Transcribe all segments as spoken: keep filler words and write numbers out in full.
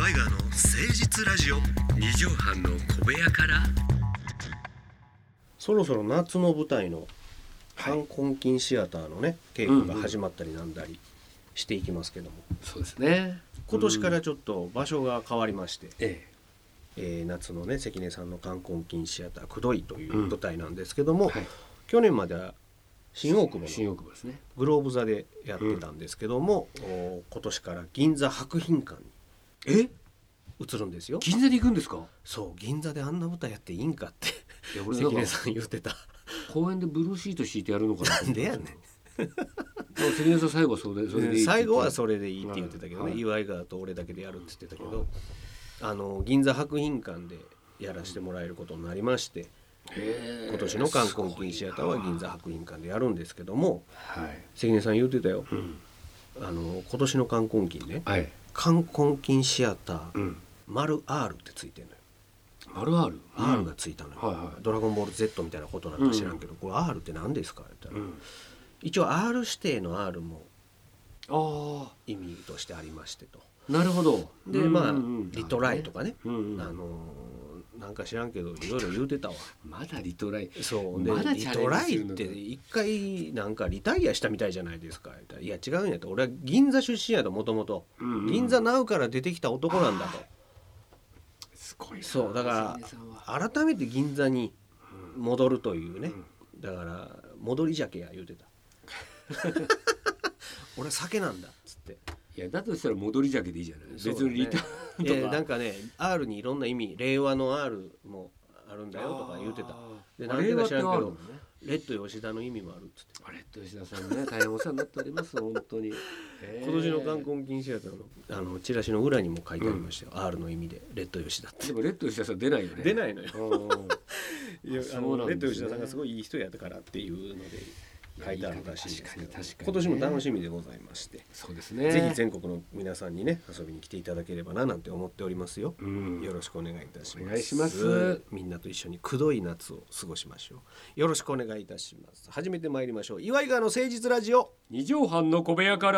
岩井川の誠実ラジオ。 二畳半の小部屋から。 そろそろ夏の舞台の冠婚金シアターのね稽古が始まったりなんだりしていきますけども、 そうですね。 今年からちょっと場所が変わりまして、 ええー夏のね関根さんの冠婚金シアターくどいという舞台なんですけども、 え、はい、 去年までは新大久保新の大久保ですね。 グローブ座でやってたんですけども、お今年から銀座博品館にえ、 移るんですよ。 銀座に行くんですか？ そう銀座であんな舞台やっていいんかっていや俺なんか関根さん言ってた。 公園でブルーシート敷いてやるのかな。 なんでやねん。 関根さん最後はそれそれでいいって言って最後はそれでいいって言ってたけどね、 はい、 岩井川と俺だけでやるって言ってたけど、あの銀座博品館でやらせてもらえることになりまして、 へー今年の冠婚金シアターは銀座博品館でやるんですけども、 はい関根さん言ってたよ、 うん、 あの今年の冠婚金ね、 はい、 冠婚金シアター、 うん、 丸 R ってついてるのよ。 丸 R、うん、 R がついたのよ、 はいはい、 ドラゴンボール Z みたいなことなんか知らんけど、うん、これ R って何ですかって言ったら、うん、一応 R 指定の R もあ意味としてありましてと。 なるほど。 でまあ、 うんうん、 リトライとかね、 うんうん、 あのなんか知らんけどいろいろ言うてたわ。 まだリトライ、 そうで、 まだリトライって一回なんかリタイアしたみたいじゃないですか。いや違うんやと、俺は銀座出身やと、もともと銀座ナウから出てきた男なんだと。 すごいな。 そうだから改めて銀座に戻るというね、うん、だから戻り酒や言うてた。俺は酒なんだっつって。 いやだとしたら戻り酒でいいじゃない、ね、別にリターンとか。 いやなんかね R にいろんな意味、令和の R もあるんだよとか言うてた。でなんでか知らんけど、ね、レッド吉田の意味もあるっつって。 レッド吉田さんね、大変お世話になっております本当に。 今年の冠婚金シアターのあのチラシの裏にも書いてありましたよ、うん、R の意味でレッド吉田って。 でもレッド吉田さん出ないよね。 出ないのよ。いやあのレッド吉田さんがすごいいい人やったからっていうので書いてあるらしいですけど、今年も楽しみでございまして、 そうですね、 ぜひ全国の皆さんにね遊びに来ていただければななんて思っておりますよ、 うん、 よろしくお願いいたします。 お願いします。 みんなと一緒にくどい夏を過ごしましょう。よろしくお願いいたします。始めてまいりましょう。岩井川の誠実ラジオ、 二畳半の小部屋から。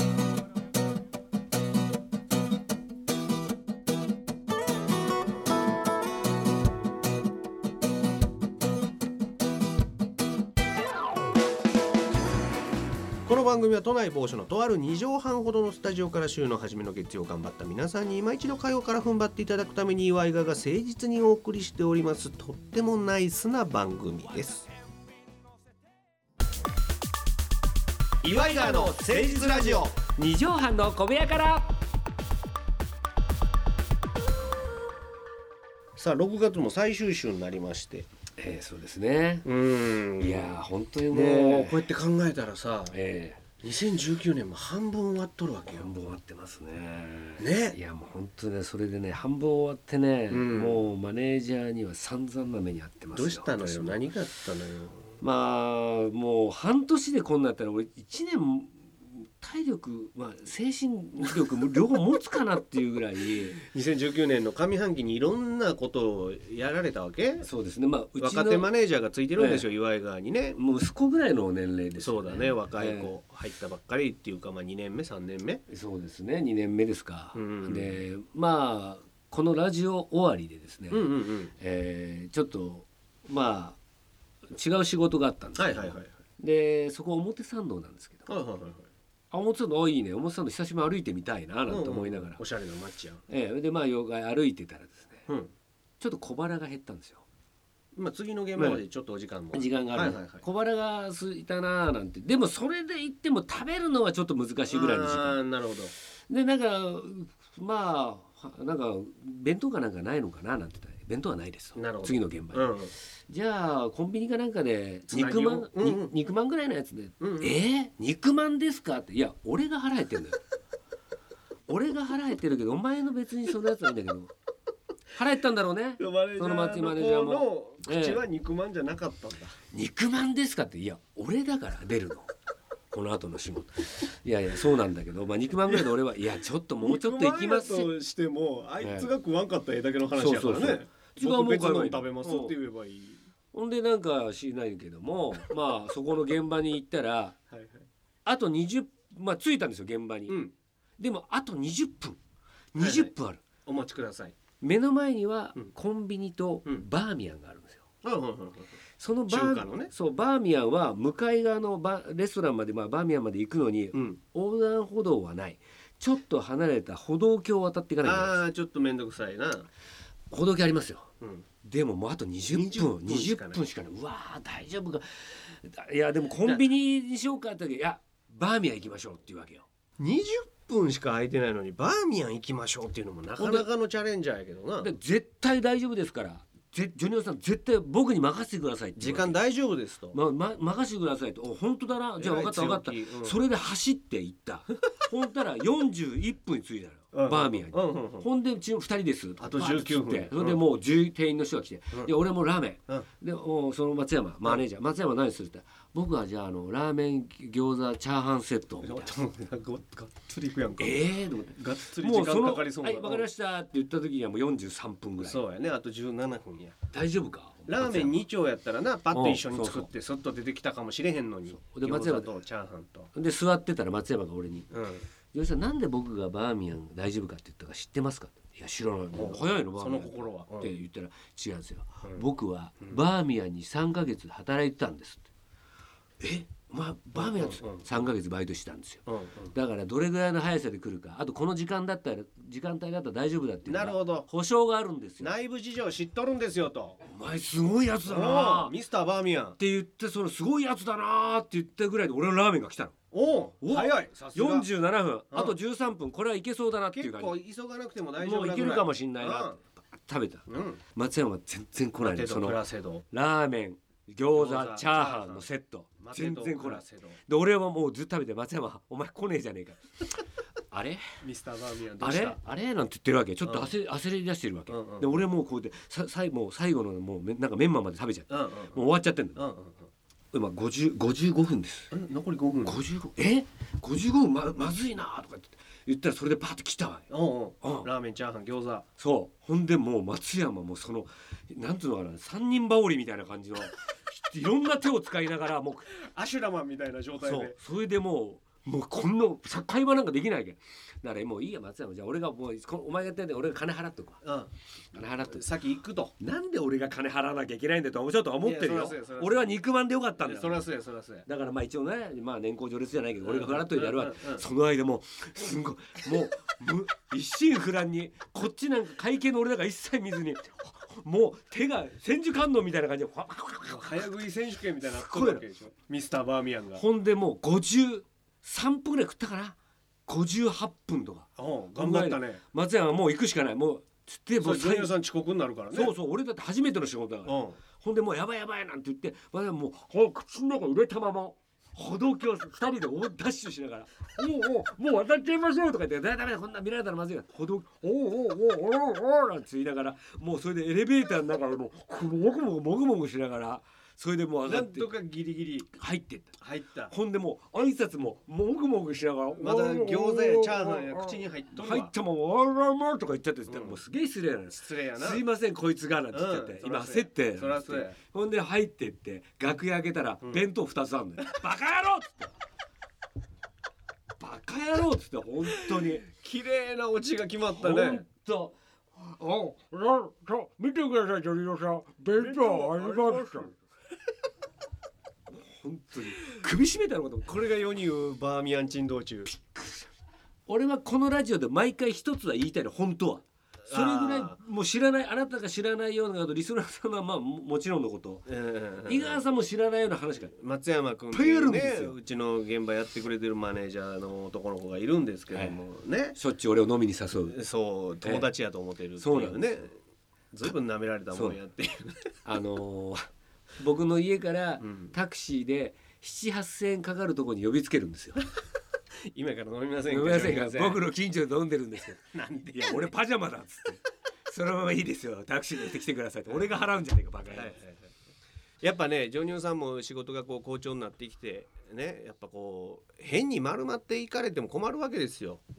この番組は都内某所のとあるに畳半ほどのスタジオから週の初めの月曜頑張った皆さんに今一度火曜から踏ん張っていただくために岩井川が誠実にお送りしておりますとってもナイスな番組です。岩井川の誠実ラジオ、 二畳半の小部屋から。 さあろくがつも最終週になりまして、 えー、そうですね。 うーん、 いや本当にもう、 もうこうやって考えたらさ、 えー、にせんじゅうきゅうねんも半分終わっとるわけよ。 半分終わってますね。 ね、 いやもう本当ね、それでね半分終わってね、うん、もうマネージャーには散々な目に遭ってますよ。 どうしたのよ、何があったのよ。 まあもう半年でこんなやったら俺いちねん体力、まあ、精神力も両方持つかなっていうぐらいにせんじゅうきゅうねんの上半期にいろんなことをやられたわけ。 そうですね、まあ、うちの若手マネージャーがついてるんですよ、ええ、岩井川にね。 もう息子ぐらいの年齢ですよね。 そうだね、若い子入ったばっかりっていうか、まあ、にねんめさんねんめ。 そうですね、にねんめですか、 うんうん、でまあこのラジオ終わりでですね、 うんうんうん、 えー、ちょっとまあ違う仕事があったんですけど、はいはいはいはい、でそこ表参道なんですけど、はいはいはいはい、あ表参道いいね、表参道久しぶりに歩いてみたいななんて思いながら、うんうん、 おしゃれな街やん、 ええ、でまあよ歩いてたらですね、うん、ちょっと小腹が減ったんですよ。 まあ、次の現場までちょっとお時間も、 時間がある、はいはいはい、小腹が空いたななんて。でもそれで言っても食べるのはちょっと難しいぐらいの時間。 あ、なるほど。 でなんかまあなんか弁当かなんかないのかななんて言ったら弁当はないですと。なるほど、次の現場に、うん、じゃあコンビニかなんかで肉まん、うんうん、肉まんぐらいのやつで、うんうん、えー、肉まんですかって。いや俺が腹減ってんだよ俺が腹減ってるけどお前の別にそのやつはいいんだけど腹減ったんだろうね。その町マネージャーも口は肉まんじゃなかったんだ、ええ、肉まんですかって。いや俺だから出るのこの後の仕事。いやいやそうなんだけど、まあ、肉まんぐらいで俺はいやちょっともうちょっと行きますし、 肉まんやとしてもあいつが食わんかった絵だけの話やからね、そうそうそう、僕別の食べますって言えばいい。 ほんでなんかしないけどもまあそこの現場に行ったらはい、はい、あとにじゅう、まあ着いたんですよ現場に、うん、でもあとにじゅっぷんにじゅっぷんある、はいはい、 お待ちください。 目の前にはコンビニとバーミヤンがあるんですよ、うんうんうんうん、そのバー、中華のね、そうバーミヤンは向かい側のバレストランまで、まあ、バーミヤンまで行くのに、うん、横断歩道はない、ちょっと離れた歩道橋を渡っていかないといけない。 あーちょっとめんどくさいな。 歩道橋ありますよ、 うん、 でももうあとにじゅっぷんにじゅっぷんしかない。うわー大丈夫か。いやでもコンビニにしようかって時、いやバーミヤン行きましょうっていうわけよ。 にじゅっぷんしか空いてないのにバーミヤン行きましょうっていうのもなかなかのチャレンジャーやけどな。 で絶対大丈夫ですから、ジョニオさん絶対僕に任せてくださいって。 時間大丈夫ですと、 まま、任せてくださいと。お本当だな、じゃあ分かった分かった、うん、それで走って行ったほんたらよんじゅういっぷんに着いたのよ、うん、バーミヤンに、うんうんうん、ほんでうちふたりですあとじゅうきゅうふんってそれでもう店員の人が来て、うん、で俺もラーメン、うん、でおその松山マネージャー、うん、松山何するって、僕はじゃあ、あのラーメン餃子チャーハンセットみたいながっつりいくやんか。 えーと思って、 がっつり時間かかりそうな。 はい、分かりましたって言った時にはもうよんじゅうさんぷんぐらい。 そうやね、あとじゅうななふんや。 大丈夫か。 ラーメンに丁やったらな、パッと一緒に作ってスッと出てきたかもしれへんのに。 で松山とチャーハンとで座ってたら松山が俺に、うん、吉さんなんで僕がバーミヤン大丈夫かって言ったか知ってますか。いや知らない。早いのバーミヤン。その心は、うん、って言ったら違うんですよ、うん、僕はバーミヤンにさんかげつ働いてたんですって。えまあ、バーミヤンさんかげつバイトしたんですよ、うんうん、だからどれぐらいの速さで来るか、あとこの時間だったら時間帯だったら大丈夫だっていう保証があるんですよ。 内部事情知っとるんですよと。 お前すごいやつだなミスターバーミヤンって言って、そのすごいやつだなって言ったぐらいで俺のラーメンが来たの。 おお早い。さすがよんじゅうななふん、うん、あとじゅうさんぷん、これはいけそうだなっていう感じ。 結構急がなくても大丈夫もういけるかもしんないな、うん、食べた、うん、松山は全然来ないの。そのラーメン餃子チャーハンのセット全然来ない。で俺はもうずっと食べて、松山お前来ねえじゃねえかあれミスターバーミヤンどうした、 あれあれなんて言ってるわけ。ちょっと焦、うん、焦り出してるわけ、うんうん、で俺もうこうやってささもう最後のもうなんかメンマまで食べちゃって、うんうん、もう終わっちゃってんだ、うんうんうん、今ごじゅう、ごじゅうごふんです。 残りごふん。 ごじゅうごえごじゅうごふん ま, まずいなとかって言ったらそれでパッと来たわよ。 おうおう、うん、ラーメンチャーハン餃子。 そうほんでもう松山もそのなんていうのかな、三人羽織みたいな感じのいろんな手を使いながらもうアシュラマンみたいな状態で、 そうそれでもうもうこんな会話なんかできないけど、だからもういいや松山、じゃあ俺がもうお前がやってんで俺が金払っとくわ、うん、金払っとく。 先行くと。 なんで俺が金払わなきゃいけないんだとちょっと思ってるよ。俺は肉まんでよかったんだよ。 そらそうやそらそうや。 だからまあ一応ね、まあ年功序列じゃないけど俺が払っといてやるわ、うんうんうん、その間もうすんごいもう一心不乱にこっちなんか会計の俺なんか一切見ずにもう手が千手観音みたいな感じで早食い選手権みたいなのあったわけでしょミスターバーミヤンが。 ほんでもうごじゅうさんぷんぐらい食ったかな。ごじゅうはっぷんとか。 頑張ったね。 松山はもう行くしかない。もうつってもうジョニオさん遅刻になるからね。 そうそう俺だって初めての仕事だから、うん、ほんでもうやばいやばいなんて言って松山もう口の中入れたまま歩道橋ふたりで大ダッシュしながらおうおうもう渡っちゃいましょうとか言ってダメだこんな見られたらまずいから歩道おうおうおうおうおうなんて言いながらもうそれでエレベーターの中でもうもぐもぐもぐもぐしながらそれでもう上がってなんとかギリギリ入ってった入ったほんでもう挨拶ももぐもぐしながらまだ餃子やチャーハンや口に入っとるわ入ったもんわらわらとか言っちゃって、うん、もうすげえ失礼なの。 失礼やな。 すいませんこいつがなんて言ってて、うん、今焦ってそらそうや。 ほんで入ってって楽屋開けたら、うん、弁当ふたつあんのよバカ野郎っつってバカ野郎っつって本当に綺麗なオチが決まったね。 ほんとお見てくださいジョニオさん弁当ありました本当に首絞めたのかと思う。 これが世に言うバーミヤン珍道中。 俺はこのラジオで毎回一つは言いたいの本当はそれぐらいもう知らないあなたが知らないようなことリスナーさんはまあ も, もちろんのこと、えー、井川さんも知らないような話が松山君っていうねうちの現場やってくれてるマネージャーの男の子がいるんですけども、はい、ねしょっちゅう俺を飲みに誘う。 そう友達やと思ってるっていうね、えー、ずいぶん舐められたもんやっていうあのー、僕の家からタクシーでなな、はっせんえんかかるところに呼びつけるんですよ今から飲みませんか。 飲みませんか。僕の近所で飲んでるんですよなんでいや俺パジャマだっつってそのままいいですよタクシーで行ってきてくださいって俺が払うんじゃねえかバカや、はいはいはい、 やっぱねジョニオさんも仕事がこう好調になってきてねやっぱこう変に丸まっていかれても困るわけですよ。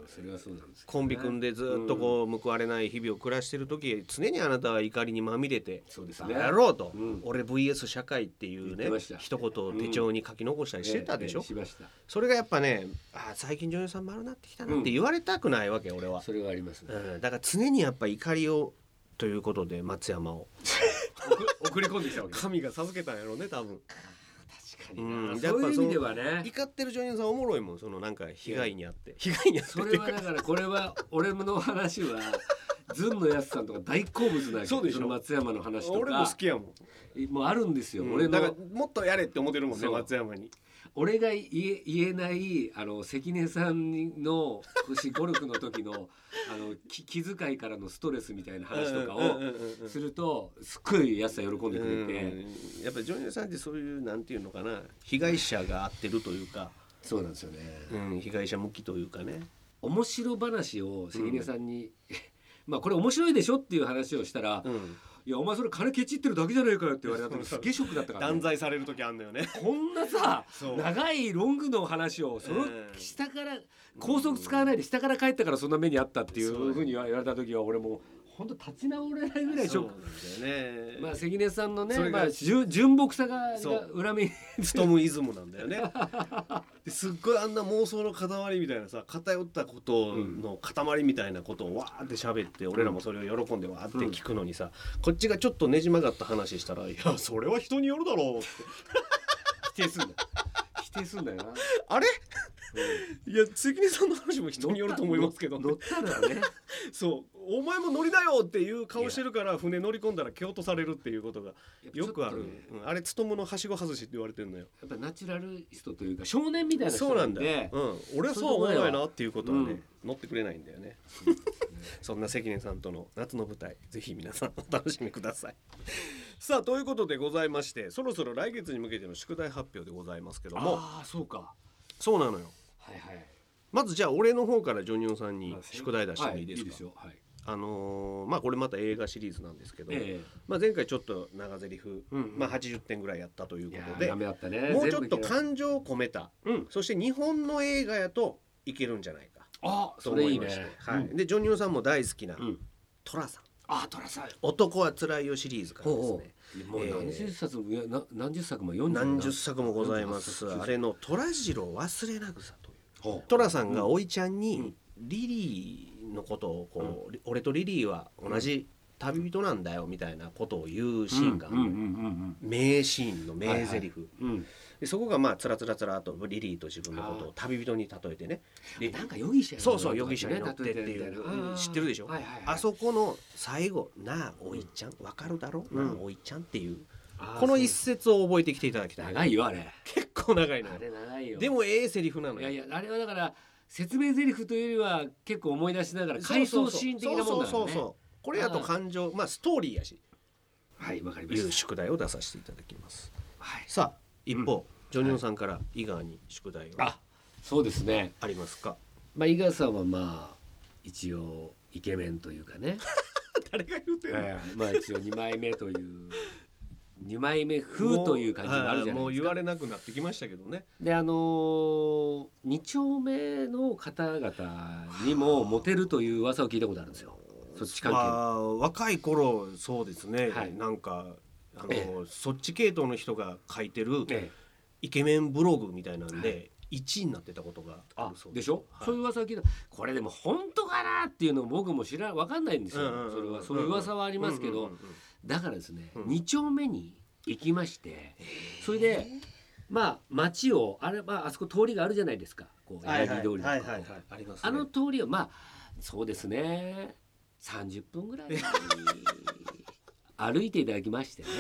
それはそうなんです、ね、 コンビ組んでずっとこう報われない日々を暮らしてる時、うん、常にあなたは怒りにまみれてそうですねやろうと、 うん、 俺 ブイエス 社会っていうね一言を手帳に書き残したりしてたでしょ、うんえええ、しました。それがやっぱねあ最近女優さん丸なってきたなって言われたくないわけ、うん、俺はそれがありますね、 うん、だから常にやっぱ怒りをということで松山を送り込んできたわけ神が授けたんやろうね多分。 確かに、うん、そういう意味ではね怒ってる女優さんおもろいもんそのなんか被害にあって被害にあってそれはだからこれは俺の話はずんのやすさんとか大好物なそうでしょその松山の話とか俺も好きやもんもうあるんですよ、 うん、 俺のだからもっとやれって思ってるもんね松山に俺が言え、言えないあの関根さんのゴルフの時のあの気遣いからのストレスみたいな話とかをするとすっごいやすさ喜んでくれて、 やっぱり女優さんってそういうなんていうのかな被害者が合ってるというかそうなんですよね、 うん、被害者向きというかね面白話を関根さんに、うん、まあこれ面白いでしょっていう話をしたら、うんいやお前それ金ケチってるだけじゃないかよって言われた時すげえショックだったから、ね、 断罪される時あんのよねこんなさ長いロングの話をその下から高速使わないで下から帰ったからそんな目にあったっていうふうに言われた時は俺も本当立ち直れないぐらいショックそうなんだよね。 まあ関根さんのねまあ純朴さが裏目にストムイズムなんだよねですっごいあんな妄想の塊みたいなさ偏ったことの塊みたいなことをわーって喋って俺らもそれを喜んでわーって聞くのにさ、うん、こっちがちょっとねじ曲がった話したらいやそれは人によるだろうって否定すんだ否定すんだよなあれいや関根さんの話も人によると思いますけど、 ね、乗ったらねそうお前も乗りなよっていう顔してるから船乗り込んだら蹴落とされるっていうことがよくある、ねうん、あれつとむのはしご外しって言われてるのよやっぱナチュラルストというか少年みたいな人なんでそうなんだ、うん、俺はそう思わないなっていうことはね、うん、乗ってくれないんだよねそんな関根さんとの夏の舞台ぜひ皆さんお楽しみくださいさあということでございましてそろそろ来月に向けての宿題発表でございますけどもああそうかそうなのよはいはいまずじゃあ俺の方からジョニオさんに宿題出してもいいですか、 はい、いいですよ、はいあのー、まあこれまた映画シリーズなんですけど、 えーまあ、前回ちょっと長台詞、うんうん、まあ、はちじゅってんぐらいやったということで、 ね、 もうちょっと感情を込めた、うん、そして日本の映画やといけるんじゃないかあと思いまして、それいいね、はい、でジョニオさんも大好きな、うん、トラさんあトラさん男はつらいよシリーズからですねもう何十作も、えー、何十作もよんじゅう何十作もございますあれの虎次郎忘れなぐさというトラさんがおいちゃんにリリーのことをこう、うん、俺とリリーは同じ旅人なんだよみたいなことを言うシーンが名シーンの名台詞、はいはいうん、でそこがまあつらつらつらとリリーと自分のことを旅人に例えてねでなんか容疑者そうそう容疑者に乗ってっていう知ってるでしょ、はいはいはい、あそこの最後なあおいちゃんわかるだろ、うん、なあおいちゃんっていうこの一節を覚えてきていただきたい長いよあれ結構長いのあれ長いよでもええセリフなのよいやいやあれはだから説明台詞というよりは結構思い出しながら回想シーン的なもんだからねそうそうそうこれやと感情まあストーリーやしはいわかりましたいう宿題を出させていただきます、 はい、 さあ一方、うん、ジョニオさんから井川に宿題はあそうですねありますかまあ井川さんはまあ一応イケメンというかね誰が言うてるの、 はい、まあ一応にまいめというにまいめ風という感じがあるじゃないですか。 もう言われなくなってきましたけどね。 であのー、に丁目の方々にもモテるという噂を聞いたことあるんですよ。そっち関係の若い頃そうですね、はい、なんかあの、ええ、そっち系統の人が書いてるイケメンブログみたいなんで、はいいちいになってたことがあるそうでしょ、はい、そういう噂を聞いたこれでも本当かなっていうのを僕も知ら分かんないんですよ、うんうん、それはそういう噂はありますけど、うんうんうん、だからですね、うん、に丁目に行きましてそれでまあ街をあれ、まあ、あそこ通りがあるじゃないですかこう柳通りとかあの通りをまあそうですねさんじゅっぷんぐらい歩いていただきましてね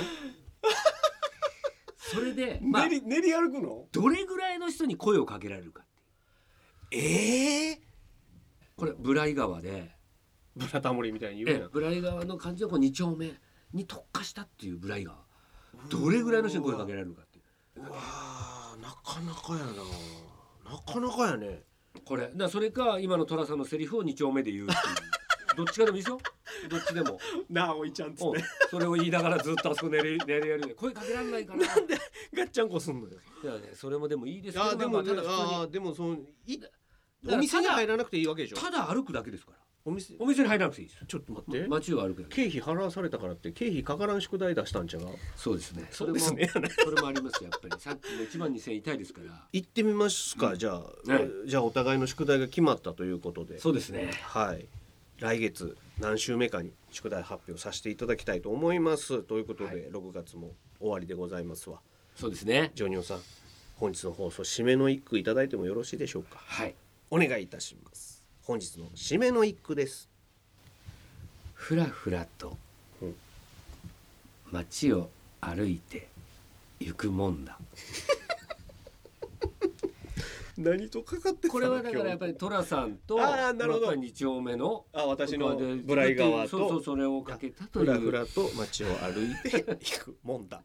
それで、 まあ、練り、練り歩くのどれぐらいの人に声をかけられるかっていうええー、 これブライ川でブラタモリみたいに言うやんブライ川の感じのこうに丁目に特化したっていうブライ川どれぐらいの人に声をかけられるかっていううわなかなかやななかなかやねこれだそれか今の寅さんのセリフをに丁目で言うっていうどっちかでもいいですよどっちでもなあおいちゃんっつってそれを言いながらずっとあそこ寝れ寝れやる声かけられないかななんでガッチャンコすんのよいや、ね、それもでもいいですけどあでも、まあ、ただあでもそのいお店に入らなくていいわけでしょ。 ただ歩くだけですから。 お店お店に入らなくていいです。 ちょっと待って、 街を歩くだけ。 経費払わされたからって経費かからん宿題出したんちゃう。 そうですね。 そうですね。 それもありますやっぱり。さっきのいちまんにせんえん痛いですから。 行ってみますか、うん、じゃあ、はい、じゃあお互いの宿題が決まったということで。 そうですね。 はい。来月何週目かに宿題発表させていただきたいと思いますということで、はい、ろくがつも終わりでございますわ。 そうですね。 ジョニオさん、本日の放送締めの一句いただいてもよろしいでしょうか。 はい、 お願いいたします。本日の締めの一句です。 ふらふらと街を歩いて行くもんだ。 何とかかってたの。 これはだからやっぱり寅さんとに丁目のあ私のブライ川とそうそうそれをかけたという。 ふらふらと街を歩いて行くもんだ。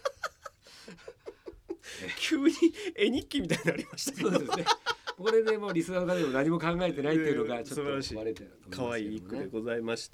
急に絵日記みたいになりましたけど。 そうですね。これでもうリスナーの方でも何も考えてないっていうのがちょっとバレてると思いますけどね。可愛い一句でございました。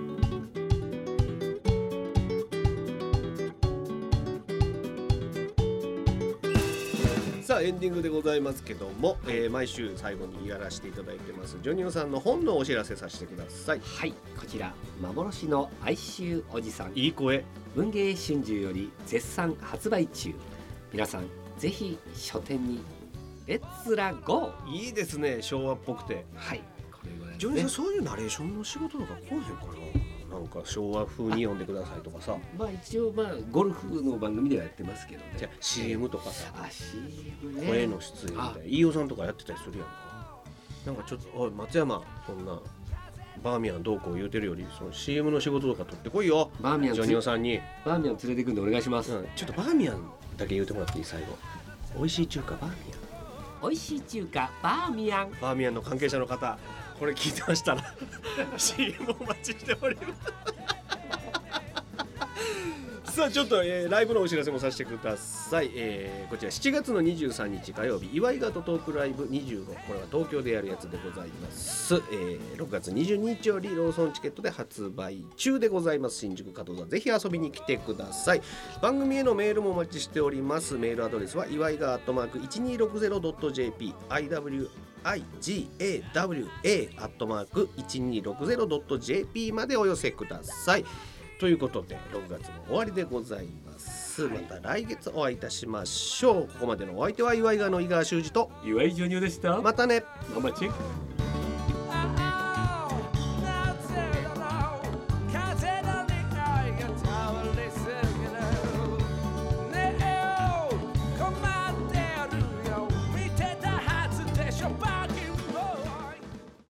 さあエンディングでございますけども、えー、毎週最後にやらせていただいてますジョニオさんの本のお知らせさせてください。 はい、こちら幻の哀愁おじさん、 いい声、 文芸春秋より絶賛発売中。皆さんぜひ書店にレッツラゴー。 いいですね、昭和っぽくて。 はい、これぐらいですね。 ジョニオさんそういうナレーションの仕事とか来へんかな。なんか昭和風に読んでくださいとかさ。 まあ一応まあゴルフの番組ではやってますけどね。 じゃあ シーエム とかさ、 あ シーエム ね、 声の出演みたいな飯尾さんとかやってたりするやんか。なんかちょっとおい松山、こんなバーミヤンどうこう言うてるよりその シーエム の仕事とか取ってこいよ。 バーミヤンジョニオさんにバーミヤン連れてくんでお願いします、 うん、ちょっとバーミヤンだけ言うてもらっていい。最後美味しい中華バーミヤン、 美味しい中華バーミヤン。 バーミヤンの関係者の方、これ聞いてましたらシーエム お待ちしておりますさあちょっと、えー、ライブのお知らせもさせてください、えー、こちらしちがつのにじゅうさんにち火曜日祝いがとトークライブにじゅうご、これは東京でやるやつでございます、えー、ろくがつにじゅうににちよりローソンチケットで発売中でございます。新宿加藤座ぜひ遊びに来てください。番組へのメールもお待ちしております。メールアドレスは祝いがアットマーク いちにーろくぜろドットジェーピー アイダブリューアイジーエーダブリューエー アットマーク いちにーろくぜろドットジェーピー までお寄せください。ということでろくがつも終わりでございます、はい、また来月お会いいたしましょう。ここまでのお相手は祝いがの井川修司と岩井ジョニオでした。 またね。 ママチェック。